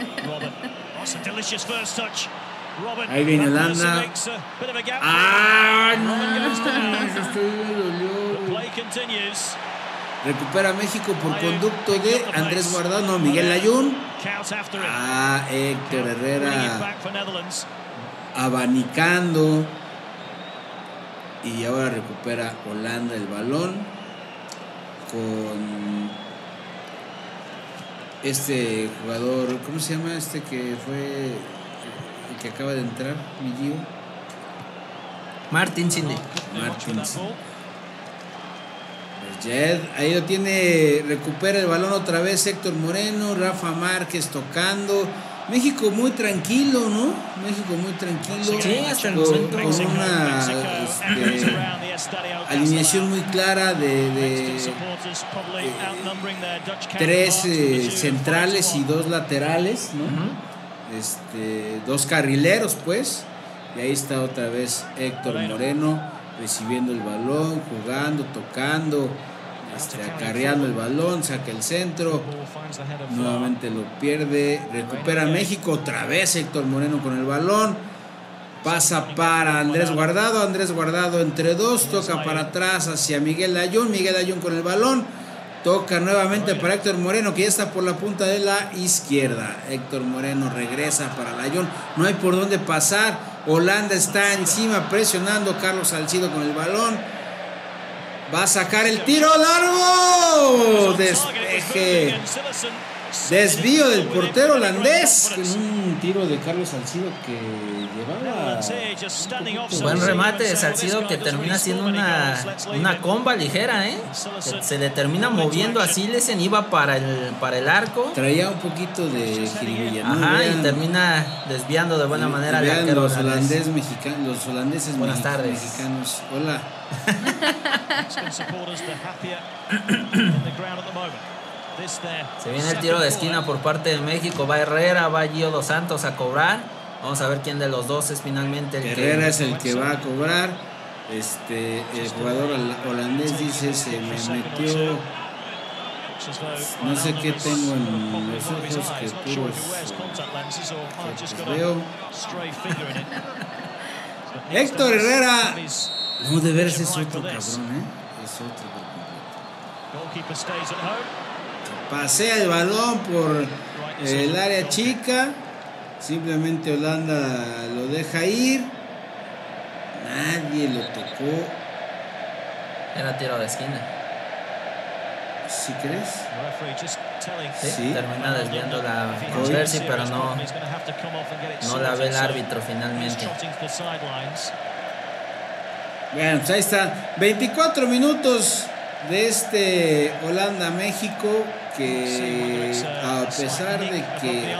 Ahí viene Holanda. ¡Ah, no! Recupera México por conducto de Andrés Guardado, no, Miguel Layún. Héctor Herrera abanicando. Y ahora recupera Holanda el balón con este jugador, ¿cómo se llama este que fue el que acaba de entrar, mi Gio? Martin Cindy. Ahí lo tiene, recupera el balón otra vez Héctor Moreno, Rafa Márquez tocando. México muy tranquilo, ¿no? México muy tranquilo. Sí, hasta el momento. Con una alineación muy clara de tres centrales y dos laterales, ¿no? Dos carrileros, pues. Y ahí está otra vez Héctor Moreno recibiendo el balón, jugando, tocando, acarreando el balón, saca el centro, nuevamente lo pierde, recupera México, otra vez Héctor Moreno con el balón, pasa para Andrés Guardado entre dos, toca para atrás hacia Miguel Layún con el balón, toca nuevamente para Héctor Moreno, que ya está por la punta de la izquierda. Héctor Moreno regresa para Layún, no hay por dónde pasar, Holanda está encima presionando, Carlos Salcido con el balón, va a sacar el tiro largo, despeje, desvío del portero holandés, con un tiro de Carlos Salcido que llevaba buen remate de Salcido, que termina siendo una comba ligera, se le termina moviendo a Silesen, iba para el arco, traía un poquito de jiribilla, ¿no? Ajá, y termina desviando de buena manera al arquero los holandeses Buenas tardes. mexicanos. Hola. Se viene el tiro de esquina por parte de México, va Herrera, va Gio Dos Santos a cobrar. Vamos a ver quién de los dos es finalmente el Herrera es el que va a cobrar. El jugador holandés dice: se me metió, no sé qué tengo en los ojos, que puros veo. Héctor Herrera, no, de veras es otro cabrón, es otro por completo. Pasea el balón por el área chica, simplemente Holanda lo deja ir, nadie lo tocó. Era tiro de esquina. ¿Sí crees? Sí, termina desviando la Percy, pero no la ve el árbitro finalmente. Bueno, pues ahí está. 24 minutos de este Holanda-México, que a pesar de que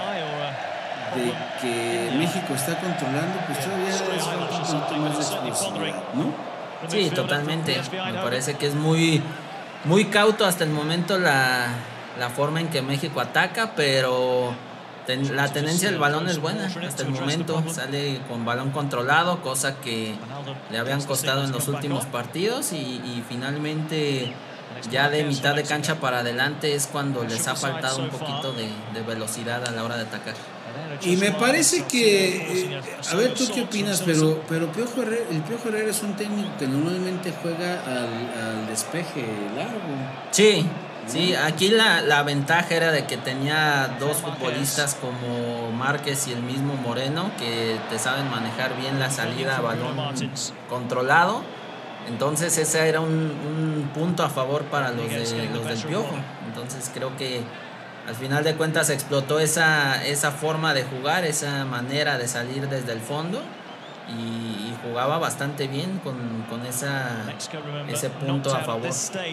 México está controlando, pues todavía es un poquito más de explosividad, ¿no? Sí, totalmente. Me parece que es muy cauto hasta el momento la forma en que México ataca, pero la tenencia del balón es buena hasta el momento. Sale con balón controlado, cosa que le habían costado en los últimos partidos, y finalmente ya de mitad de cancha para adelante es cuando les ha faltado un poquito de velocidad a la hora de atacar. Y me parece que, a ver tú qué opinas, pero el Piojo Herrera es un técnico que normalmente juega al despeje largo. Sí, aquí la ventaja era de que tenía dos futbolistas como Márquez y el mismo Moreno, que te saben manejar bien la salida a balón controlado. Entonces ese era un punto a favor para los del Piojo. Entonces creo que al final de cuentas explotó esa forma de jugar, esa manera de salir desde el fondo, y jugaba bastante bien con ese punto a favor.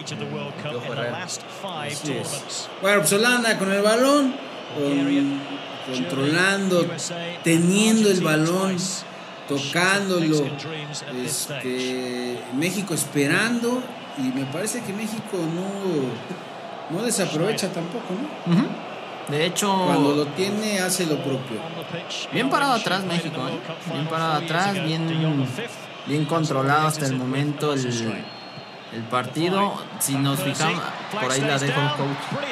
Bueno, pues Holanda con el balón, controlando, teniendo el balón, tocándolo, México esperando, y me parece que México no desaprovecha tampoco, ¿no? Uh-huh. De hecho, cuando lo tiene hace lo propio. Bien parado atrás México, bien parado atrás, bien controlado hasta el momento el partido. Si nos fijamos, por ahí la dejo el coach.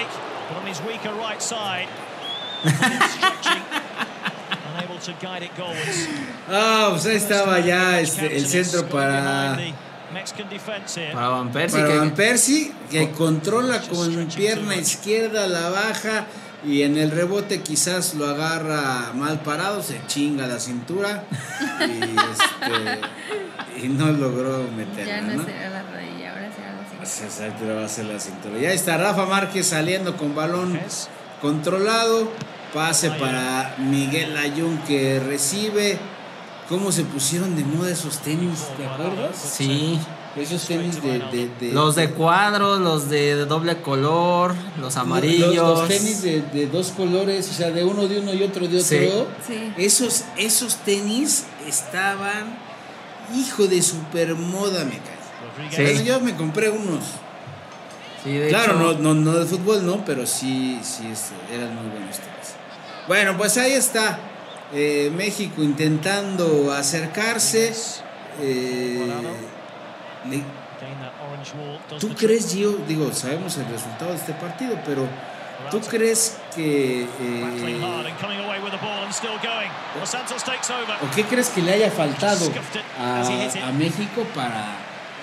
Pues ahí estaba ya el centro para Van Persie, que controla con pierna izquierda, la baja, y en el rebote quizás lo agarra mal parado, se chinga la cintura y no logró meterla. Ya no será la rodilla, ahora será la cintura. Exacto, va a ser la cintura. Ya está Rafa Márquez saliendo con balón controlado, pase para Miguel Layún, que recibe. ¿Cómo se pusieron de moda esos tenis? ¿Te acuerdas? Sí. Esos tenis de los de cuadros, los de doble color, los amarillos. Los tenis de dos colores, o sea, de uno y otro de otro. Sí. Esos tenis estaban, hijo de super moda, me cae. Sí. Bueno, yo me compré unos. Sí, claro, hecho, no de fútbol, no, pero sí eran muy buenos tenis. Bueno, pues ahí está. México intentando acercarse. ¿Tú crees, Gio? Digo, sabemos el resultado de este partido, pero ¿tú crees que o qué crees que le haya faltado a México para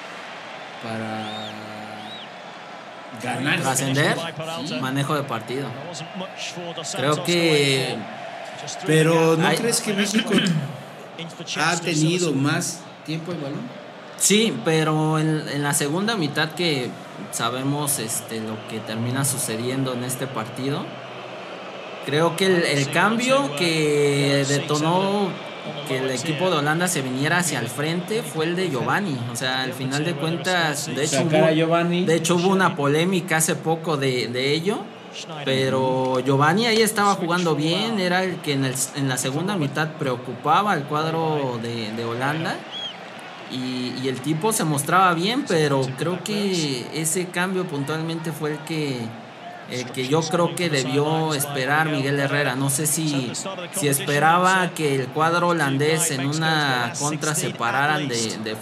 ganar? ¿Trascender? Sí. Manejo de partido. Creo que... Pero ¿no crees que México ha tenido más tiempo el balón? Sí, pero en la segunda mitad, que sabemos lo que termina sucediendo en este partido, creo que el cambio que detonó que el equipo de Holanda se viniera hacia el frente fue el de Giovanni. O sea, al final de cuentas, de hecho hubo una polémica hace poco de ello. Pero Giovanni ahí estaba jugando bien, era el que en la segunda mitad preocupaba al cuadro de Holanda, y el tipo se mostraba bien, pero creo que ese cambio puntualmente fue el que yo creo que debió esperar Miguel Herrera. No sé si esperaba que el cuadro holandés en una contra se pararan de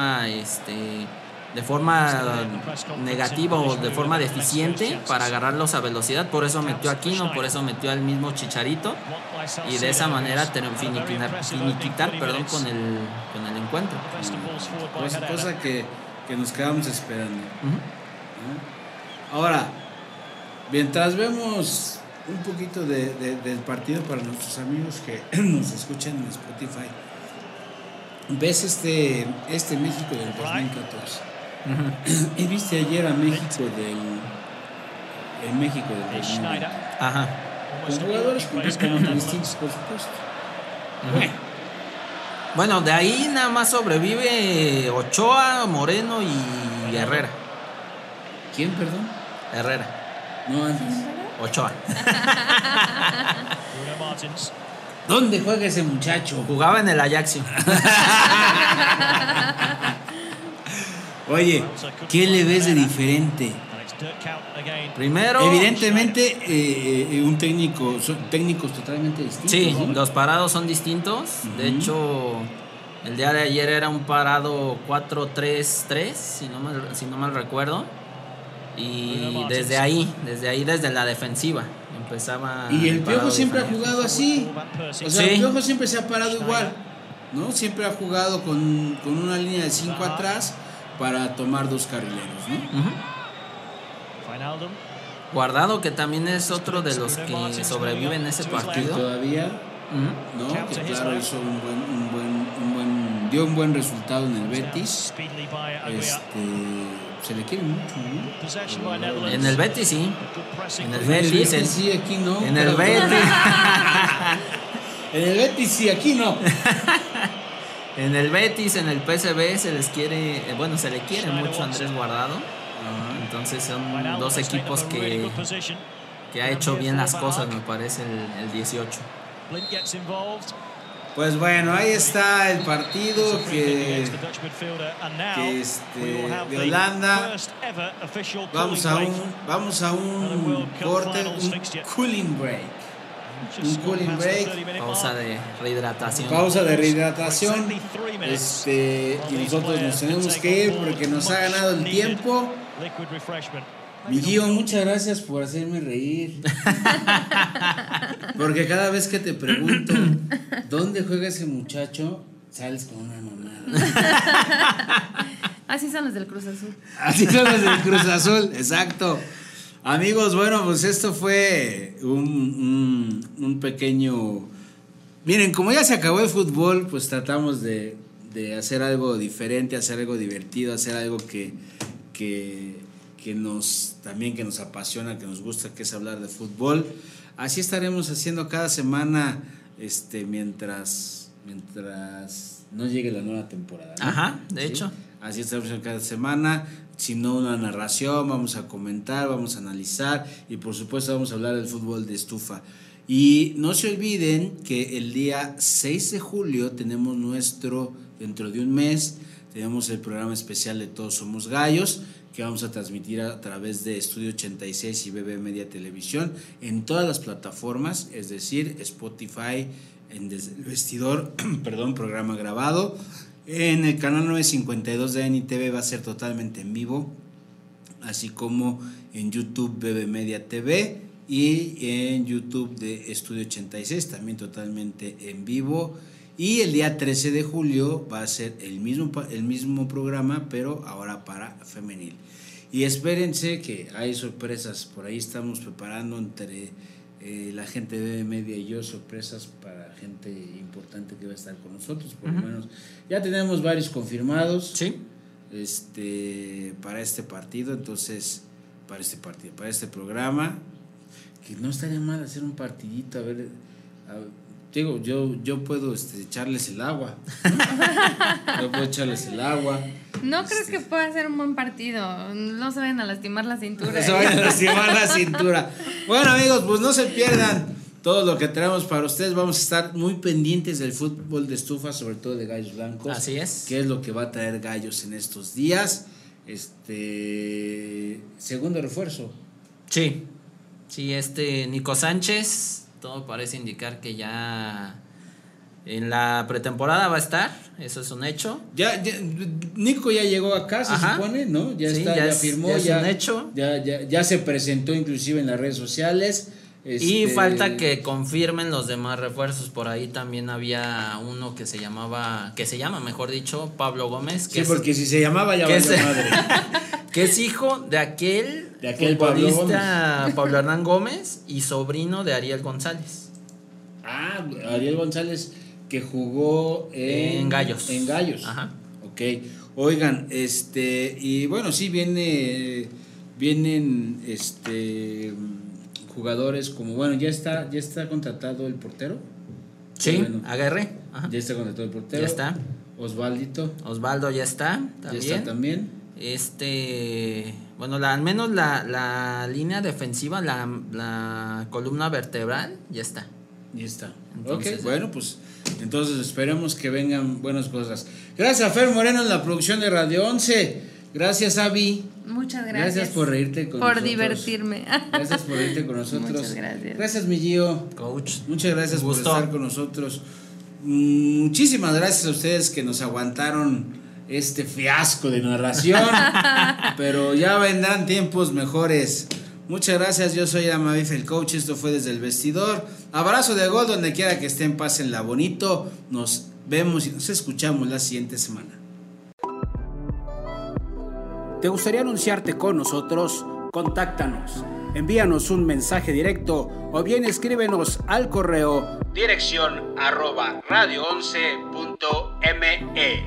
forma negativa o de forma deficiente para agarrarlos a velocidad. Por eso metió a Aquino, por eso metió al mismo Chicharito, y de esa manera finiquitar con el encuentro. Cosa que nos quedamos esperando. Ahora, mientras vemos un poquito del partido para nuestros amigos que nos escuchan en Spotify, ves este México del 2014. ¿Y viste ayer a México en México del Schneider. Ajá. con jugadores completamente distintos, por supuesto? Bueno, de ahí nada más sobrevive Ochoa, Moreno y Herrera. ¿Quién, perdón? Herrera. No, antes. Ochoa. Bruno Martins. ¿Dónde juega ese muchacho? Jugaba en el Ajaxio. Oye, ¿qué le ves de diferente? And it's Dirk Kuyt again. Primero. Evidentemente, un técnico, son técnicos totalmente distintos. Sí, ¿no? los parados son distintos. De hecho, el día de ayer era un parado 4-3-3, si no mal recuerdo. Y desde la defensiva empezaba. Y el parado Piojo siempre ha diferente. jugado así. O sea, Sí. el Piojo siempre se ha parado igual, ¿no? Siempre ha jugado con una línea de 5 atrás para tomar 2 carrileros, ¿no? Ujú. Wijnaldum. Guardado, que también es otro de los que sobreviven ese Que partido. todavía, Ujú. ¿no? Que claro, hizo dio un buen resultado en el Betis. Speedily by Aguiar. Se le quiere mucho, ¿no? Possession by Netherlands. En el Betis sí. Good pressing. En el En el Betis, Betis sí, aquí no. en el Betis. En el Betis sí, aquí no. En el Betis, en el PSV se les quiere, se le quiere mucho a Andrés Guardado. Entonces son Wijnaldum dos has taken equipos up a really que good position. ha hecho bien las cosas, me parece, el 18. Blind gets involved. Pues bueno, ahí está el partido que Against the Dutch midfielder. And now que, we will have de the Holanda. first ever official Vamos cooling a break. un corte, un cooling break. Just un cooling past the break. 30-minute Pausa mark. de rehidratación. Pausa de rehidratación. Exactly 3 minutes. Y nosotros nos tenemos que ir porque nos ha ganado el tiempo. Liquid refreshment. Mi Gio, muchas gracias por hacerme reír. Porque cada vez que te pregunto ¿dónde juega ese muchacho? Sales con una mamada. Así son los del Cruz Azul. Así son los del Cruz Azul, exacto. Amigos, bueno, pues esto fue un pequeño... Miren, como ya se acabó el fútbol, pues tratamos de hacer algo diferente, hacer algo divertido, hacer algo que nos apasiona, que nos gusta, que es hablar de fútbol. Así estaremos haciendo cada semana, mientras no llegue la nueva temporada, ¿no? Ajá, de ¿Sí? hecho. Así estaremos cada semana, si no una narración, vamos a comentar, vamos a analizar y por supuesto vamos a hablar del fútbol de estufa. Y no se olviden que el día 6 de julio tenemos dentro de un mes, tenemos el programa especial de Todos Somos Gallos, que vamos a transmitir a través de Estudio 86 y BB Media Televisión en todas las plataformas, es decir, Spotify, en Desde el Vestidor, programa grabado. En el canal 952 de NTV va a ser totalmente en vivo, así como en YouTube BB Media TV y en YouTube de Estudio 86 también totalmente en vivo. Y el día 13 de julio va a ser el mismo programa, pero ahora para femenil. Y espérense que hay sorpresas, por ahí estamos preparando entre la gente de BB Media y yo sorpresas para gente importante que va a estar con nosotros, por lo menos. Ya tenemos varios confirmados. Sí. Para este partido, entonces, para este programa, que no estaría mal hacer un partidito, digo, yo puedo echarles el agua, ¿no? Yo puedo echarles el agua. ¿No crees que pueda ser un buen partido? No se vayan a lastimar la cintura. No se vayan a lastimar la cintura. Bueno, amigos, pues no se pierdan todo lo que traemos para ustedes. Vamos a estar muy pendientes del fútbol de estufa, sobre todo de Gallos Blancos. Así es. ¿Qué es lo que va a traer Gallos en estos días? Segundo refuerzo. Sí. Sí, Nico Sánchez, todo parece indicar que ya en la pretemporada va a estar, eso es un hecho. Ya Nico ya llegó acá, se supone, ¿no? Ya sí, está, ya firmó, ya es un hecho. Ya se presentó inclusive en las redes sociales. Y falta que confirmen los demás refuerzos. Por ahí también había uno que se llama, mejor dicho, Pablo Gómez. Sí, porque si se llamaba ya valió madre. Que es hijo de aquel futbolista Pablo Hernán Gómez y sobrino de Ariel González. Ariel González, que jugó en Gallos. En Gallos. Ajá. Ok. Oigan, y bueno, sí vienen jugadores como, bueno, ya está contratado el portero. Sí, bueno, Aguirre. Ajá. Ya está contratado el portero. Ya está. Osvaldo ya está también. Ya está también. Bueno, al menos la línea defensiva, la columna vertebral, ya está. Ya está. Entonces, ok, bueno, pues entonces esperemos que vengan buenas cosas. Gracias a Fer Moreno en la producción de Radio 11. Gracias, Avi. Muchas gracias. Gracias por reírte con nosotros. Por divertirme. Gracias por reírte con nosotros. Muchas gracias. Gracias, mi Gio. Coach. Muchas gracias por estar con nosotros. Muchísimas gracias a ustedes que nos aguantaron este fiasco de narración. Pero ya vendrán tiempos mejores. Muchas gracias, yo soy Amavif el coach, esto fue Desde el Vestidor. Abrazo de gol donde quiera que estén, pásenla bonito. Nos vemos y nos escuchamos la siguiente semana. ¿Te gustaría anunciarte con nosotros? Contáctanos. Envíanos un mensaje directo o bien escríbenos al correo dirección @radio11.me.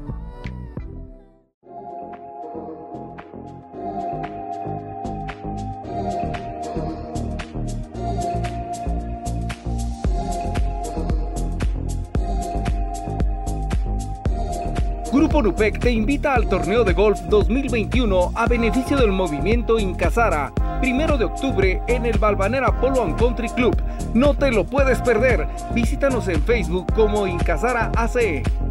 Grupo Nupec te invita al torneo de golf 2021 a beneficio del movimiento Incasara, 1 de octubre en el Balvanera Polo & Country Club. No te lo puedes perder. Visítanos en Facebook como Incasara AC.